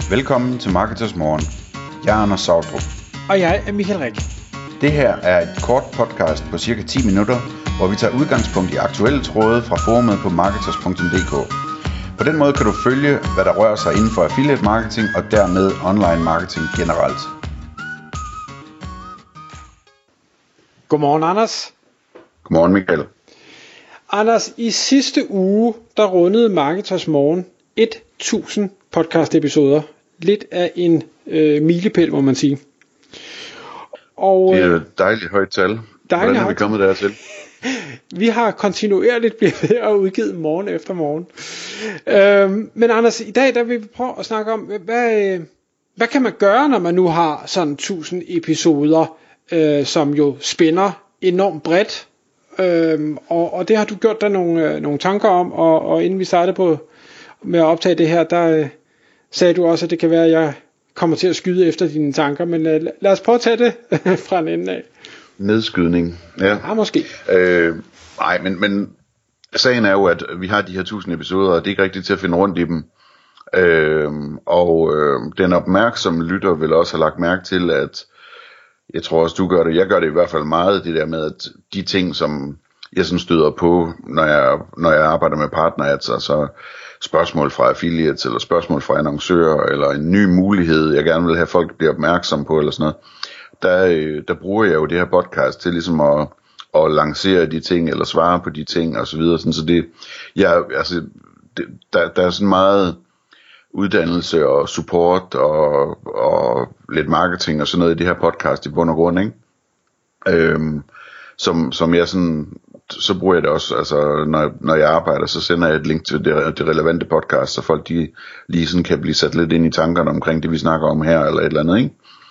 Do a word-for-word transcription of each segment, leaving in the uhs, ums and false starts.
Velkommen til Marketers Morgen. Jeg er Anders Sautrup. Og jeg er Michael Rik. Det her er et kort podcast på cirka ti minutter, hvor vi tager udgangspunkt i aktuelle tråde fra forumet på marketers punktum d k. På den måde kan du følge, hvad der rører sig inden for affiliate marketing og dermed online marketing generelt. Godmorgen, Anders. Godmorgen, Michael. Anders, i sidste uge, der rundede Marketers Morgen tusind podcast episoder. Lidt af en øh, milepæl, må man sige. Og, det er et dejligt højt tal. Hvordan er vi kommet dertil? Vi har kontinuerligt blevet ved at udgive morgen efter morgen. Øhm, men Anders, i dag der vil vi prøve at snakke om, hvad, hvad kan man gøre, når man nu har sådan tusind episoder, øh, som jo spænder enormt bredt. Øhm, og, og det har du gjort dig nogle, øh, nogle tanker om, og, og inden vi startede på med at optage det her, der øh, sagde du også, at det kan være, at jeg kommer til at skyde efter dine tanker, men øh, lad os prøve at tage det fra en ende af. Nedskydning, ja. Ja, måske. Øh, nej, men, men sagen er jo, at vi har de her tusind episoder, og det er ikke rigtigt til at finde rundt i dem. Øh, og øh, den opmærksomme lytter vil også have lagt mærke til, at jeg tror også, du gør det, jeg gør det i hvert fald meget, det der med, at de ting, som jeg sådan støder på, når jeg, når jeg arbejder med partner ads, altså spørgsmål fra affiliates, eller spørgsmål fra annoncører, eller en ny mulighed, jeg gerne vil have folk bliver opmærksom på, eller sådan noget, der, der bruger jeg jo det her podcast til ligesom at, at lancere de ting, eller svare på de ting, og så videre, sådan, så det, jeg, altså, det, der, der er sådan meget uddannelse og support, og, og lidt marketing, og sådan noget i det her podcast i bund og grund, ikke? Øhm, som, som jeg sådan, så bruger jeg det også, altså når, når jeg arbejder, så sender jeg et link til det, det relevante podcast, så folk de lige sådan kan blive sat lidt ind i tankerne omkring det, vi snakker om her, eller et eller andet, ikke?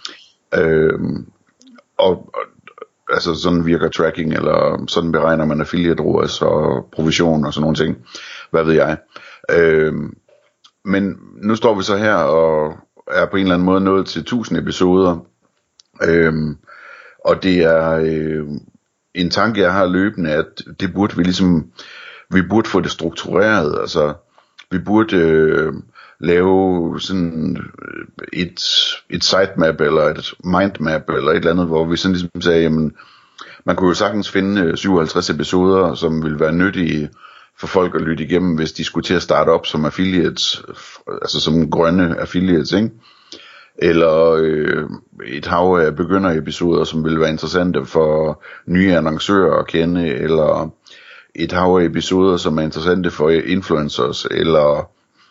Øhm, og, og altså sådan virker tracking, eller sådan beregner man affiliate R O A S og provision og sådan nogle ting, hvad ved jeg. Øhm, men nu står vi så her og er på en eller anden måde nået til tusind episoder, øhm, og det er øh, en tanke jeg har løbende, at det burde vi ligesom, vi burde få det struktureret, altså vi burde øh, lave sådan et, et sitemap eller et mindmap eller et eller andet, hvor vi sådan ligesom sagde, jamen man kunne jo sagtens finde syvoghalvtreds episoder, som ville være nyttige for folk at lytte igennem, hvis de skulle til at starte op som affiliates, altså som grønne affiliates, ikke? Eller øh, et hav af begynderepisoder, som ville være interessante for nye annoncører at kende, eller et hav af episoder, som er interessante for influencers, eller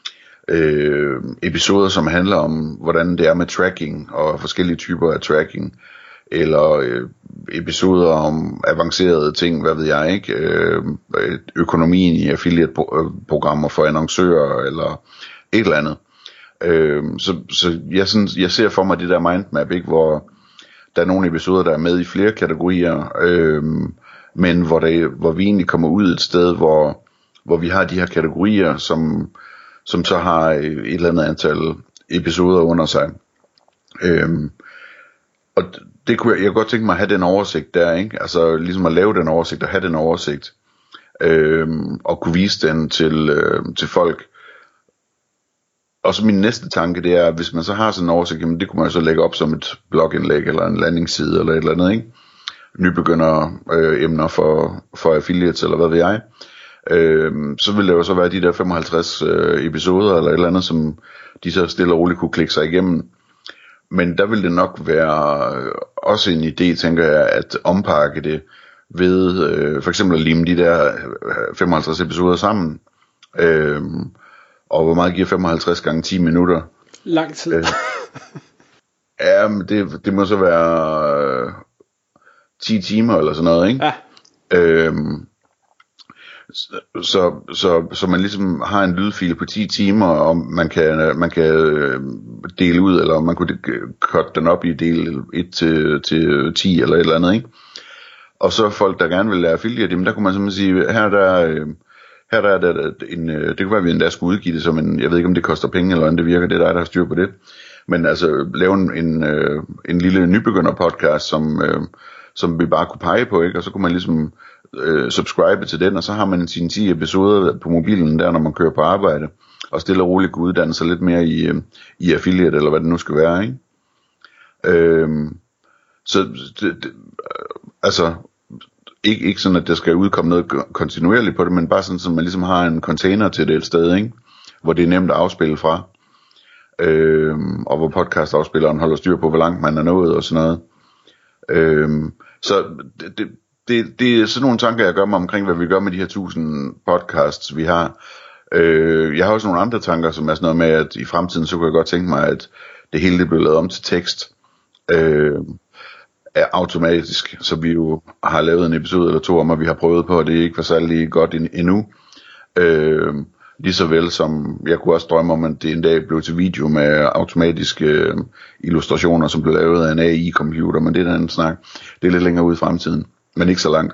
øh, episoder, som handler om, hvordan det er med tracking, og forskellige typer af tracking, eller øh, episoder om avancerede ting, hvad ved jeg ikke, øh, økonomien i affiliate-programmer for annoncører, eller et eller andet. Øh, så så jeg, sådan, jeg ser for mig det der mindmap, ikke, hvor der er nogle episoder, der er med i flere kategorier, øh, men hvor, der, hvor vi egentlig kommer ud et sted, hvor, hvor vi har de her kategorier, som, som så har et eller andet antal episoder under sig. Øh, og det kunne jeg, jeg kunne godt tænke mig at have den oversigt der, ikke? Altså ligesom at lave den oversigt og have den oversigt, øh, og kunne vise den til, øh, til folk. Og så min næste tanke, det er, hvis man så har sådan en oversigt, jamen det kunne man så lægge op som et blogindlæg, eller en landingsside, eller et eller andet, ikke? Nybegynder øh, emner for, for affiliates, eller hvad ved jeg. Øh, så vil det jo så være de der femoghalvtreds øh, episoder, eller et eller andet, som de så stille og roligt kunne klikke sig igennem. Men der vil det nok være også en idé, tænker jeg, at ompakke det ved øh, for eksempel at lime de der femoghalvtreds episoder sammen. Øh, Og hvor meget giver femoghalvtreds gange ti minutter? Lang tid. Øh, ja, men det, det må så være øh, ti timer eller sådan noget, ikke? Ja. Øhm, så, så, så, så man ligesom har en lydfil på ti timer, og man kan, man kan dele ud, eller man kunne cutte den op i del et til, til ti eller et eller andet, ikke? Og så folk, der gerne vil lære affiliate, jamen der kunne man simpelthen sige, her der... Øh, Her der er der en, det kunne være, at vi endda skulle udgive det som en, jeg ved ikke om det koster penge, eller hvordan det virker, det er dig, der har styr på det. Men altså, lave en, en, en lille nybegynder podcast, som, som vi bare kunne pege på, ikke? Og så kunne man ligesom øh, subscribe til den, og så har man sine ti episoder på mobilen der, når man kører på arbejde. og stille og roligt kunne uddanne sig lidt mere i, øh, i affiliate, eller hvad det nu skal være, ikke? Øhm, så det, det, altså ikke, ikke sådan at der skal udkomme noget kontinuerligt på det, men bare sådan at man ligesom har en container til det et sted, ikke? Hvor det er nemt at afspille fra, øhm, og hvor podcastafspilleren holder styr på hvor langt man er nået og sådan noget. øhm, så det, det, det, det er sådan nogle tanker jeg gør mig omkring hvad vi gør med de her tusind podcasts vi har. øh, Jeg har også nogle andre tanker, som er sådan noget med at i fremtiden så kunne jeg godt tænke mig at det hele det bliver lavet om til tekst, øh, er automatisk, så vi jo har lavet en episode eller to om, at vi har prøvet på, og det ikke var særlig godt endnu. Øh, lige så vel som jeg kunne også drømme om, at det en dag blev til video med automatiske øh, illustrationer, som blev lavet af en A I-computer, men det er en snak. Det er lidt længere ude i fremtiden, men ikke så langt.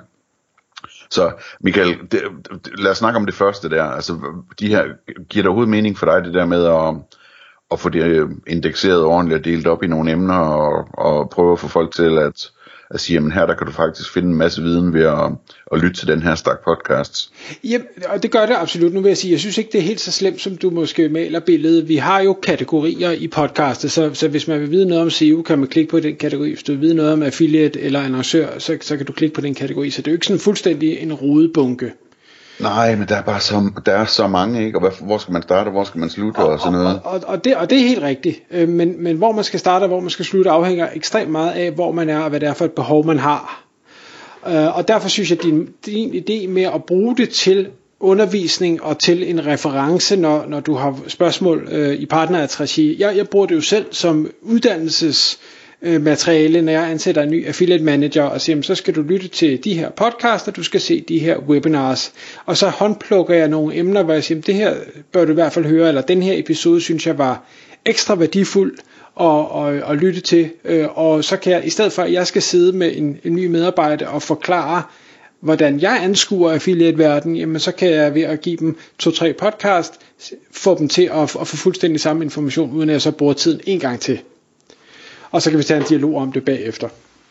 Så Michael, det, lad os snakke om det første der. Altså, de her, giver det overhovedet mening for dig, det der med at og få det indekseret ordentligt og delt op i nogle emner, og, og prøve at få folk til at, at sige, jamen her der kan du faktisk finde en masse viden ved at, at lytte til den her stak podcasts. Ja, og det gør det absolut. Nu vil jeg sige, jeg synes ikke det er helt så slemt, som du måske maler billedet. Vi har jo kategorier i podcastet, så, så hvis man vil vide noget om S E O, kan man klikke på den kategori. Hvis du vil vide noget om affiliate eller annoncør, så, så kan du klikke på den kategori. Så det er jo ikke sådan fuldstændig en rodebunke. Nej, men der er bare så, der er så mange, ikke? Og hvad, hvor skal man starte, og hvor skal man slutte, og, og sådan noget. Og, og, og, det, og det er helt rigtigt. Øh, men, men hvor man skal starte, og hvor man skal slutte, afhænger ekstremt meget af, hvor man er, og hvad det er for et behov, man har. Øh, og derfor synes jeg, at din, din idé med at bruge det til undervisning og til en reference, når, når du har spørgsmål øh, i partneradresse. Jeg, jeg bruger det jo selv som uddannelses materiale, når jeg ansætter en ny affiliate manager og siger, så skal du lytte til de her podcasts, og du skal se de her webinars, og så håndplukker jeg nogle emner, hvor jeg siger, det her bør du i hvert fald høre, eller den her episode synes jeg var ekstra værdifuld at, at, at lytte til, og så kan jeg, i stedet for at jeg skal sidde med en, en ny medarbejder og forklare hvordan jeg anskuer affiliate-verden, jamen så kan jeg ved at give dem to-tre podcast, få dem til at, at få fuldstændig samme information, uden at jeg så bruger tiden en gang til. Og så kan vi tage en dialog om det bagefter.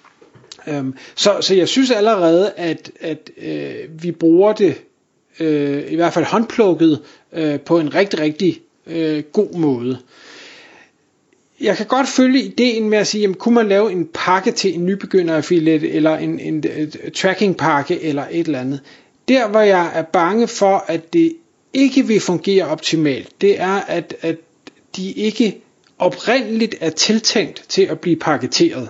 Um, så, så jeg synes allerede, at, at øh, vi bruger det, øh, i hvert fald håndplukket, øh, på en rigtig, rigtig øh, god måde. Jeg kan godt følge ideen med at sige, jamen, kunne man lave en pakke til en nybegynder affiliate, eller en, en, en tracking pakke, eller et eller andet. Der, hvor jeg er bange for, at det ikke vil fungere optimalt, det er, at, at de ikke oprindeligt er tiltænkt til at blive paketeret.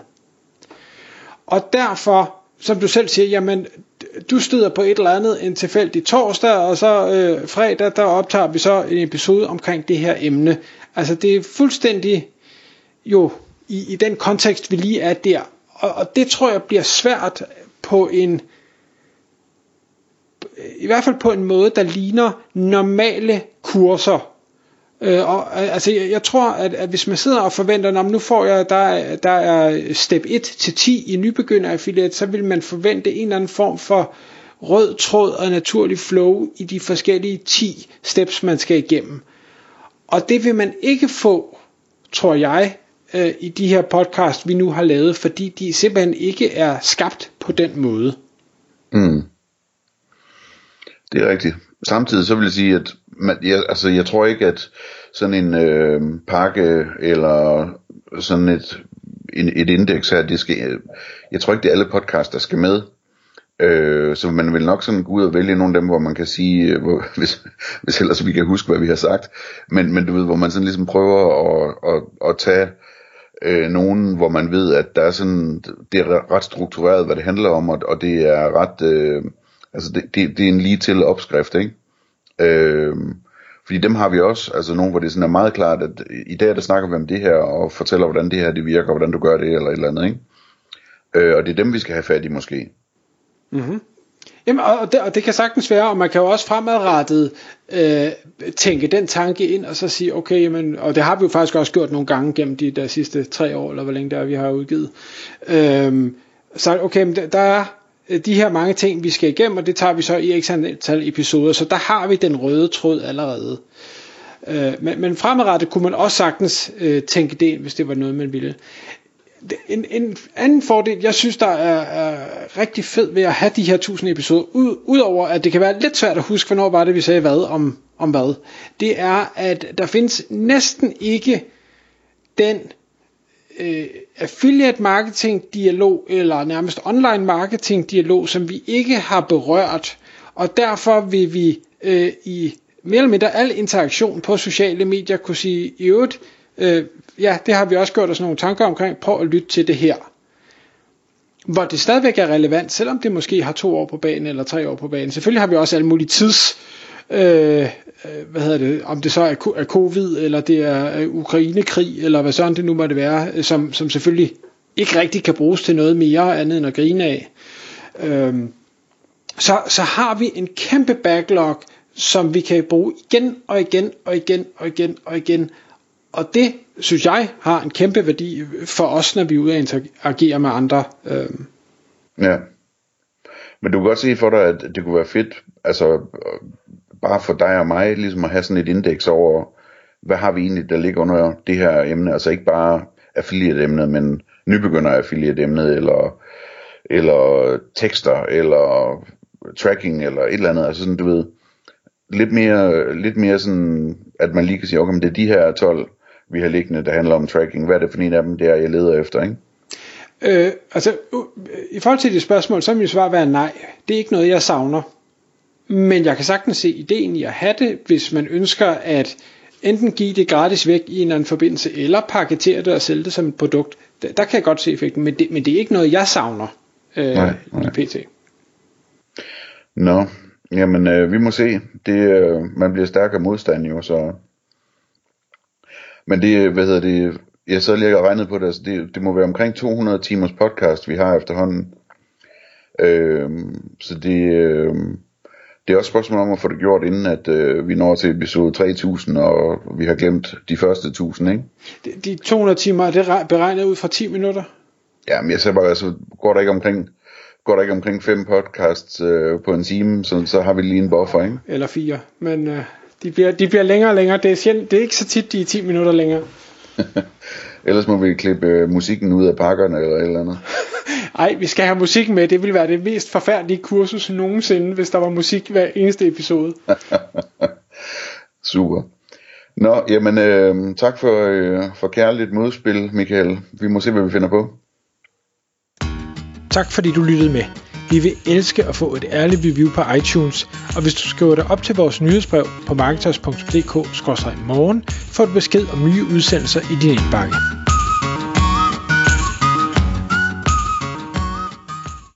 Og derfor, som du selv siger, jamen, du støder på et eller andet en tilfældig torsdag, og så øh, fredag, der optager vi så en episode omkring det her emne. Altså, det er fuldstændig jo i, i den kontekst, vi lige er der. Og, og det tror jeg bliver svært på en, i hvert fald på en måde, der ligner normale kurser. Øh, og, altså, jeg, jeg tror, at, at hvis man sidder og forventer, nu får jeg, der, der er step et til ti i nybegynder affiliate, så vil man forvente en eller anden form for rød tråd og naturlig flow i de forskellige ti steps, man skal igennem. Og det vil man ikke få, tror jeg, øh, i de her podcast, vi nu har lavet, fordi de simpelthen ikke er skabt på den måde. Mm. Det er rigtigt. Samtidig så vil jeg sige, at man, jeg, altså, jeg tror ikke, at sådan en øh, pakke eller sådan et, en, et indeks her, det skal, jeg tror ikke, det er alle podcasts, der skal med. Øh, så man vil nok sådan gå ud og vælge nogle af dem, hvor man kan sige, hvor, hvis, hvis ellers vi kan huske, hvad vi har sagt. Men, men du ved, hvor man sådan ligesom prøver at, at, at tage øh, nogen, hvor man ved, at der er sådan, det er ret struktureret, hvad det handler om, og, og det er ret, øh, altså det, det, det er en lige til opskrift, ikke? Øh, fordi dem har vi også, altså nogle, hvor det sådan er meget klart, at i dag der snakker vi om det her, og fortæller, hvordan det her det virker, og hvordan du gør det, eller et eller andet, ikke? Øh, og det er dem, vi skal have fat i måske. Mm-hmm. Jamen, og, det, og det kan sagtens være, og man kan jo også fremadrettet øh, tænke den tanke ind, og så sige, okay, jamen, og det har vi jo faktisk også gjort nogle gange gennem de der sidste tre år, eller hvor længe der er, vi har udgivet. Øh, så okay, men der er de her mange ting, vi skal igennem, og det tager vi så i x antal episoder, så der har vi den røde tråd allerede. Øh, men, men fremadrettet kunne man også sagtens øh, tænke det ind, hvis det var noget, man ville. En, en anden fordel, jeg synes, der er, er rigtig fed ved at have de her tusind episoder, ud, udover at det kan være lidt svært at huske, hvornår var det, vi sagde hvad om, om hvad, det er, at der findes næsten ikke den øh, affiliate marketing dialog, eller nærmest online marketing dialog, som vi ikke har berørt, og derfor vil vi øh, i mere eller mindre al interaktion på sociale medier kunne sige, i øvrigt, øh, ja, det har vi også gjort os nogle tanker omkring, prøv at lytte til det her. Hvor det stadigvæk er relevant, selvom det måske har to år på banen, eller tre år på banen. Selvfølgelig har vi også alle mulige tids, øh, hvad hedder det, om det så er, er covid, eller det er Ukrainekrig, eller hvad sådan det nu måtte være, som, som selvfølgelig ikke rigtig kan bruges til noget mere andet end at grine af. Øh, så, så har vi en kæmpe backlog, som vi kan bruge igen og igen og igen og igen og igen. Og det, synes jeg, har en kæmpe værdi for os, når vi er ude og interagere med andre. Ja. Men du kan godt se for dig, at det kunne være fedt, altså bare for dig og mig, ligesom at have sådan et indeks over, hvad har vi egentlig, der ligger under det her emne. Altså ikke bare affiliate-emnet, men nybegynder affiliate-emnet, eller, eller tekster, eller tracking, eller et eller andet. Altså sådan, du ved, lidt mere, lidt mere sådan, at man lige kan sige, okay, men det er de her tolv, vi har liggende, der handler om tracking. Hvad er det for en af dem, det er, jeg leder efter, ikke? Øh, altså, uh, i forhold til det spørgsmål, så vil mit svar være nej. Det er ikke noget, jeg savner. Men jeg kan sagtens se ideen i at have det, hvis man ønsker at enten give det gratis væk i en eller anden forbindelse, eller paketere det og sælge det som et produkt. Der, der kan jeg godt se effekten, men det, men det er ikke noget, jeg savner øh, nej, nej. i P T. Nå, jamen øh, vi må se. Det, øh, man bliver stærkere modstand jo, så... Men det, hvad hedder det, jeg så lige og regnet på det, altså det, det må være omkring to hundrede timers podcast, vi har efterhånden. Øhm, så det, øh, det er også et spørgsmål om at få det gjort, inden at øh, vi når til episode tre tusind, og vi har glemt de første tusind, ikke? De, de to hundrede timer, er det beregnet ud fra ti minutter? Ja, men jeg ser bare, altså går der ikke omkring, går der ikke omkring fem podcasts øh, på en time, så, så har vi lige en buffer, ikke? Eller fire, men... Øh... De bliver, de bliver længere og længere. Det er, sjældent, det er ikke så tit, de er ti minutter længere. Ellers må vi klippe øh, musikken ud af pakkerne eller et eller andet. Ej, vi skal have musikken med. Det ville være det mest forfærdelige kursus nogensinde, hvis der var musik hver eneste episode. Super. Nå, jamen øh, tak for, øh, for kærligt modspil, Michael. Vi må se, hvad vi finder på. Tak fordi du lyttede med. Vi vil elske at få et ærligt review på iTunes, og hvis du skriver dig op til vores nyhedsbrev på marketers punktum d k skråstreg morgen, får du besked om nye udsendelser i din indbakke.